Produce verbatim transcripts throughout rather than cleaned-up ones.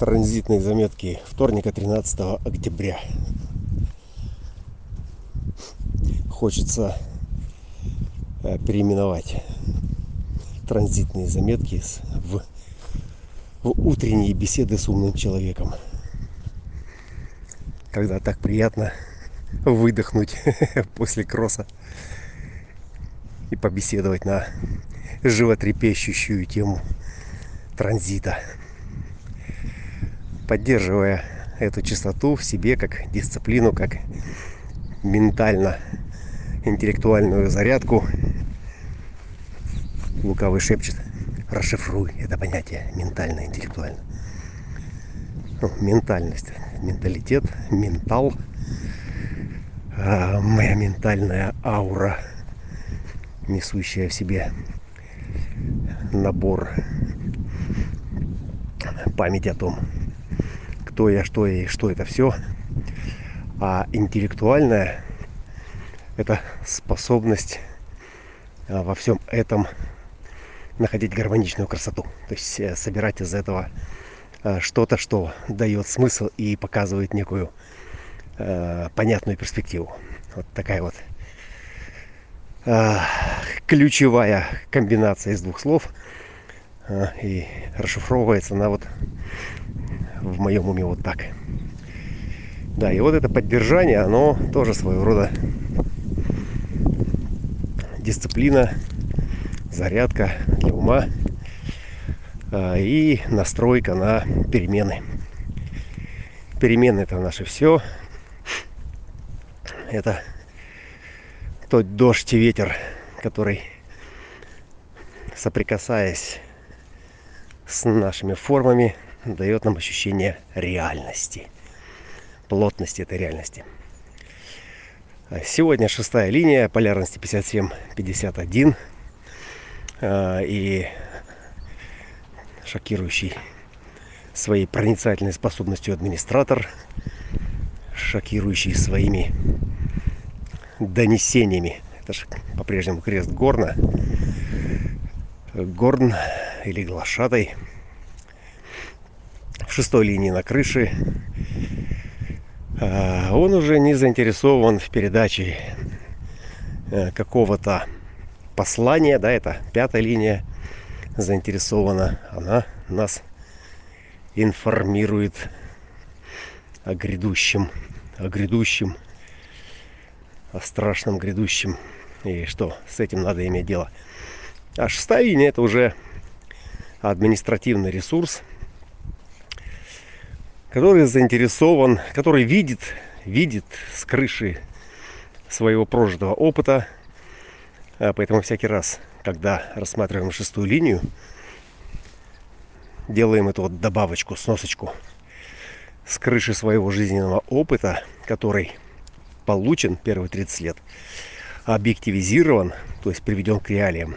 Транзитные заметки вторника, тринадцатого октября. Хочется переименовать транзитные заметки в, в утренние беседы с умным человеком. Когда так приятно выдохнуть после кросса и побеседовать на животрепещущую тему транзита, поддерживая эту частоту в себе как дисциплину, как ментально-интеллектуальную зарядку. Лукавый шепчет: расшифруй это понятие ментально-интеллектуально. Ну, ментальность, менталитет, ментал, а моя ментальная аура, несущая в себе набор памяти о том, кто я, что я и что это все. А интеллектуальная — это способность во всем этом находить гармоничную красоту. То есть собирать из этого что-то, что дает смысл и показывает некую э, понятную перспективу. Вот такая вот э, ключевая комбинация из двух слов. Э, и расшифровывается она вот в моем уме вот так. Да, и вот это поддержание, оно тоже своего рода дисциплина, зарядка для ума э, и настройка на перемены. Перемены — это наше все. Это тот дождь и ветер, который, соприкасаясь с нашими формами, дает нам ощущение реальности, плотности этой реальности. Сегодня шестая линия полярности пятьдесят семь пятьдесят один, и шокирующий своей проницательной способностью администратор, шокирующий своими донесениями. Это же по-прежнему крест Горна. Горн или глашатай в шестой линии на крыше. Он уже не заинтересован в передаче какого-то послания, да, это пятая линия заинтересована. Она нас информирует о грядущем, о грядущем, о страшном грядущем, и что с этим надо иметь дело. А шестая линия — это уже административный ресурс, который заинтересован, который видит, видит с крыши своего прожитого опыта. Поэтому всякий раз, когда рассматриваем шестую линию, делаем эту вот добавочку, сносочку с крыши своего жизненного опыта, который получен первые тридцать лет, объективизирован, то есть приведен к реалиям,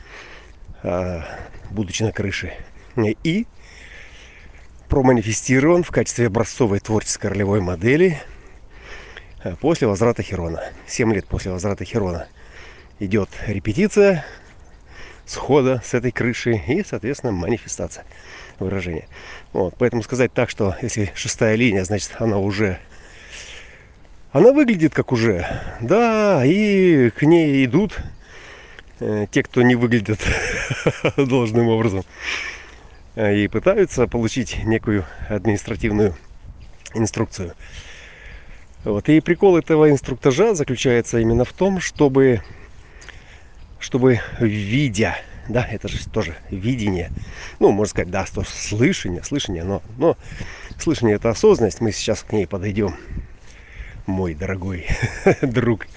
будучи на крыше, и проманифестирован в качестве образцовой творческой ролевой модели после возврата Хирона. семь лет после возврата Хирона идет репетиция схода с этой крыши и, соответственно, манифестация выражения. Вот, поэтому сказать так, что если шестая линия, значит, она уже, она выглядит как уже, да, и к ней идут э, те, кто не выглядит должным образом, и пытаются получить некую административную инструкцию. Вот. И прикол этого инструктажа заключается именно в том, чтобы, чтобы видя, да, это же тоже видение, ну, можно сказать, да, что слышание, слышание, но, но слышание — это осознанность, мы сейчас к ней подойдем, мой дорогой друг.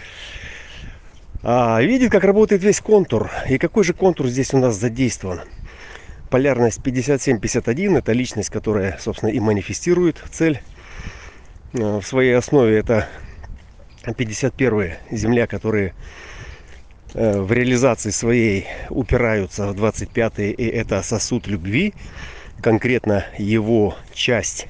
А видит, как работает весь контур. И какой же контур здесь у нас задействован? Полярность пятьдесят семь пятьдесят один — это личность, которая, собственно, и манифестирует цель. В своей основе это пятьдесят первая Земля, которые в реализации своей упираются в двадцать пятый, и это сосуд любви, конкретно его часть,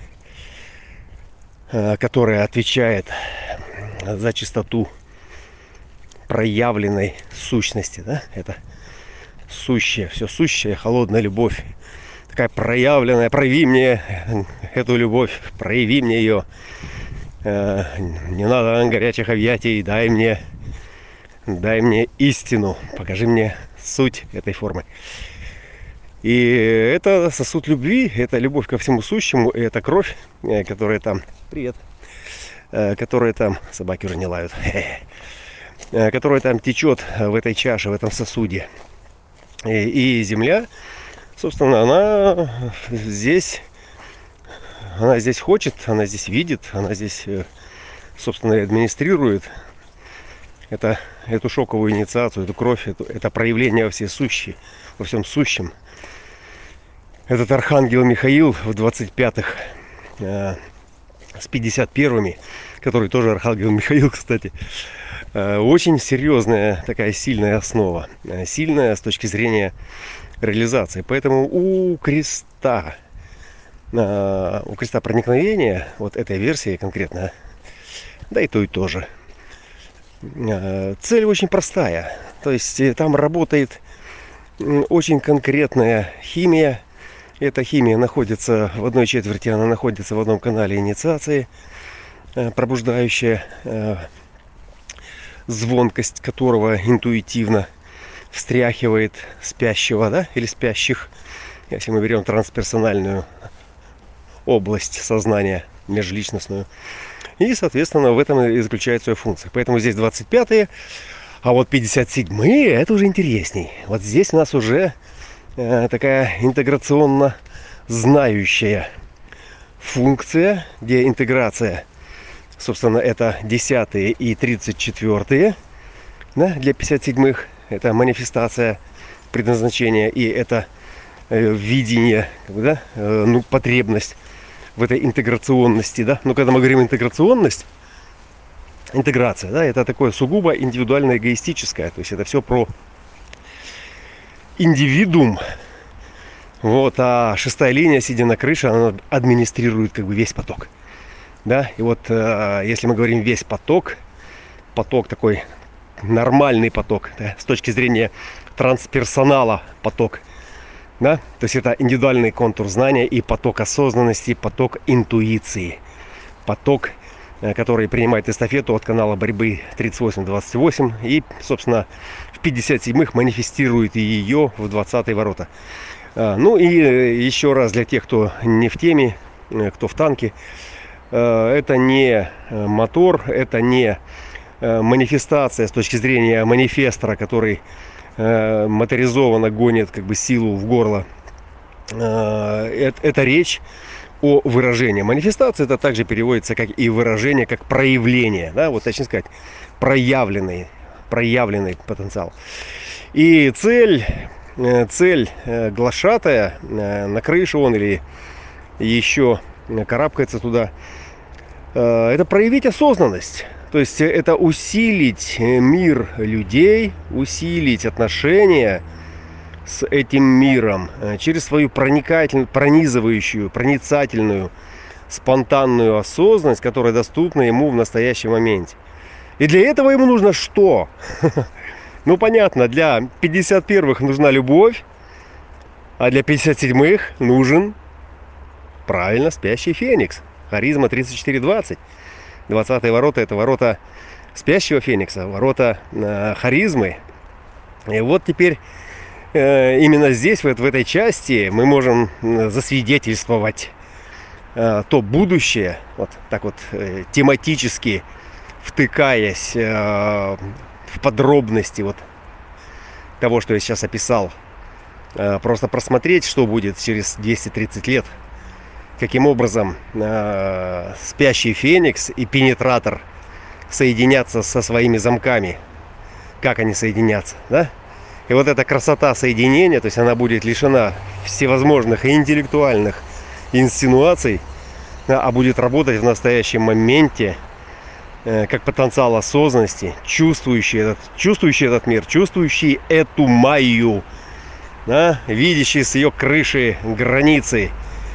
которая отвечает за чистоту проявленной сущности, да, это сущее, все сущее, холодная любовь, такая проявленная, прояви мне эту любовь, прояви мне ее. Не надо горячих объятий, дай мне, дай мне истину, покажи мне суть этой формы. И это сосуд любви, это любовь ко всему сущему, и это кровь, которая там, привет, которая там, собаки уже не лают, которая там течет в этой чаше, в этом сосуде. И, и земля, собственно, она здесь, она здесь хочет, она здесь видит, она здесь, собственно, и администрирует это, эту шоковую инициацию, эту кровь, эту, это проявление во всей сущей, во всем сущем. Этот архангел Михаил в двадцать пятых э, с пятьдесят первыми, который тоже архангел Михаил, кстати, э, очень серьезная такая сильная основа, э, сильная с точки зрения реализации. Поэтому у креста, э, у креста проникновения, вот этой версии конкретно, да и то и то же, э, цель очень простая. То есть э, там работает э, очень конкретная химия. Эта химия находится в одной четверти, она находится в одном канале инициации, пробуждающая, звонкость которого интуитивно встряхивает спящего, да, или спящих, если мы берем трансперсональную область сознания, межличностную. И, соответственно, в этом и заключается свою функцию. Поэтому здесь двадцать пятые, а вот пятьдесят седьмые, это уже интересней. Вот здесь у нас уже такая интеграционно знающая функция, где интеграция, собственно, это десятые и тридцать четвёртые, да, для пятьдесят седьмых, это манифестация предназначения, и это э, видение, как бы, да, э, ну, потребность в этой интеграционности, да. Но когда мы говорим интеграционность, интеграция, да, это такое сугубо индивидуально эгоистическое, то есть это все про индивидуум. Вот, а шестая линия, сидя на крыше, она администрирует как бы весь поток. Да, и вот э, если мы говорим весь поток, поток такой нормальный поток, да, с точки зрения трансперсонала поток, да, то есть это индивидуальный контур знания и поток осознанности, поток интуиции, поток, э, который принимает эстафету от канала борьбы тридцать восемь двадцать восемь и, собственно, в пятьдесят седьмых манифестирует ее в двадцатые ворота. А, ну и еще раз для тех, кто не в теме, кто в танке, э, это не мотор, это не э, манифестация с точки зрения манифестора, который э, моторизованно гонит как бы силу в горло. Э, это, это речь о выражении. Манифестация это также переводится как и выражение, как проявление, да, вот точно сказать, проявленный, проявленный потенциал. И цель, цель глашатая, на крыше он или еще карабкается туда, это проявить осознанность. То есть это усилить мир людей, усилить отношения с этим миром через свою проникательную, пронизывающую, проницательную, спонтанную осознанность, которая доступна ему в настоящем моменте. И для этого ему нужно что? Ну, понятно, для пятьдесят первых нужна любовь, а для пятьдесят седьмых нужен, правильно, спящий феникс. Харизма тридцать четыре двадцать. двадцатые ворота – это ворота спящего феникса, ворота э, харизмы. И вот теперь э, именно здесь, вот в этой части, мы можем засвидетельствовать э, то будущее, вот так вот э, тематически втыкаясь э, в подробности вот того, что я сейчас описал. Э, просто просмотреть, что будет через двести тридцать лет. Каким образом э, спящий феникс и пенетратор соединятся со своими замками. Как они соединятся, да? И вот эта красота соединения, то есть она будет лишена всевозможных интеллектуальных инсинуаций, да, а будет работать в настоящем моменте э, как потенциал осознанности, чувствующий этот, чувствующий этот мир, чувствующий эту майю, да, видящий с ее крыши границы,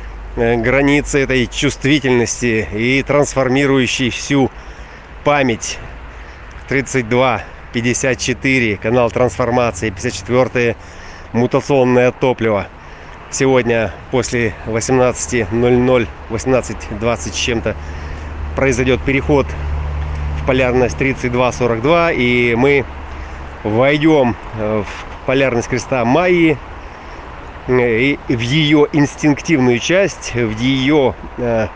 границы этой чувствительности и трансформирующий всю память. Тридцать два пятьдесят четыре канал трансформации, пятьдесят четыре мутационное топливо, сегодня после восемнадцати ноль-ноль, восемнадцать двадцать с чем-то, произойдет переход в полярность тридцать два сорок два, и мы войдем в полярность креста Майи, и в ее инстинктивную часть, в ее э,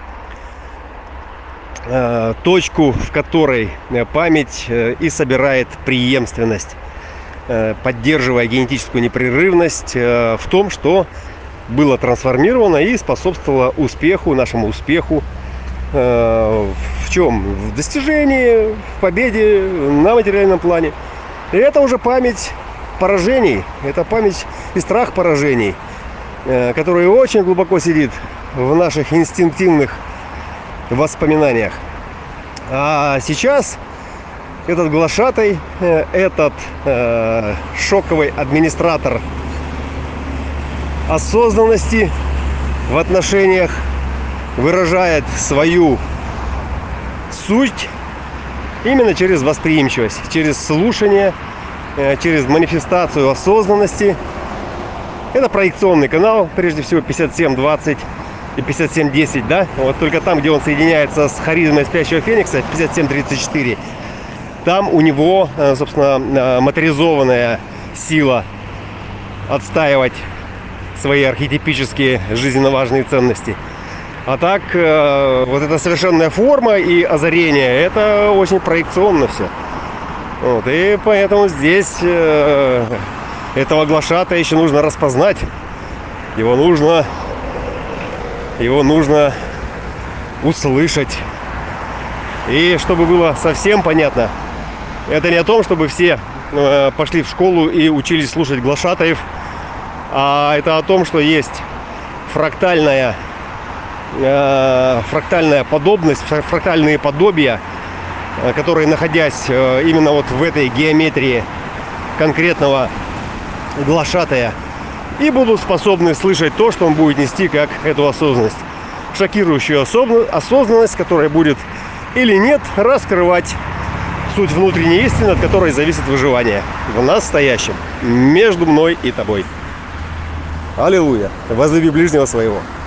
э, точку, в которой память э, и собирает преемственность, э, поддерживая генетическую непрерывность э, в том, что было трансформировано и способствовало успеху, нашему успеху. Э, в чем? В достижении, в победе на материальном плане. И это уже память поражений, это память и страх поражений, который очень глубоко сидит в наших инстинктивных воспоминаниях. А сейчас этот глашатай, этот э, шоковый администратор осознанности в отношениях выражает свою суть именно через восприимчивость, через слушание, через манифестацию осознанности. Это проекционный канал, прежде всего пятьдесят семь двадцать и пятьдесят семь десять, да? Вот только там, где он соединяется с харизмой спящего феникса, пятьдесят семь тридцать четыре, там у него, собственно, материализованная сила отстаивать свои архетипические жизненно важные ценности. А так, вот эта совершенная форма и озарение, это очень проекционно все. Вот, и поэтому здесь э, этого глашатая еще нужно распознать. Его нужно, его нужно услышать. И чтобы было совсем понятно, это не о том, чтобы все э, пошли в школу и учились слушать глашатаев, а это о том, что есть фрактальная, э, фрактальная подобность, фрактальные подобия, которые, находясь именно вот в этой геометрии конкретного глашатая, и будут способны слышать то, что он будет нести как эту осознанность. Шокирующую осознанность, которая будет или нет раскрывать суть внутренней истины, от которой зависит выживание в настоящем, между мной и тобой. Аллилуйя! Возлюби ближнего своего.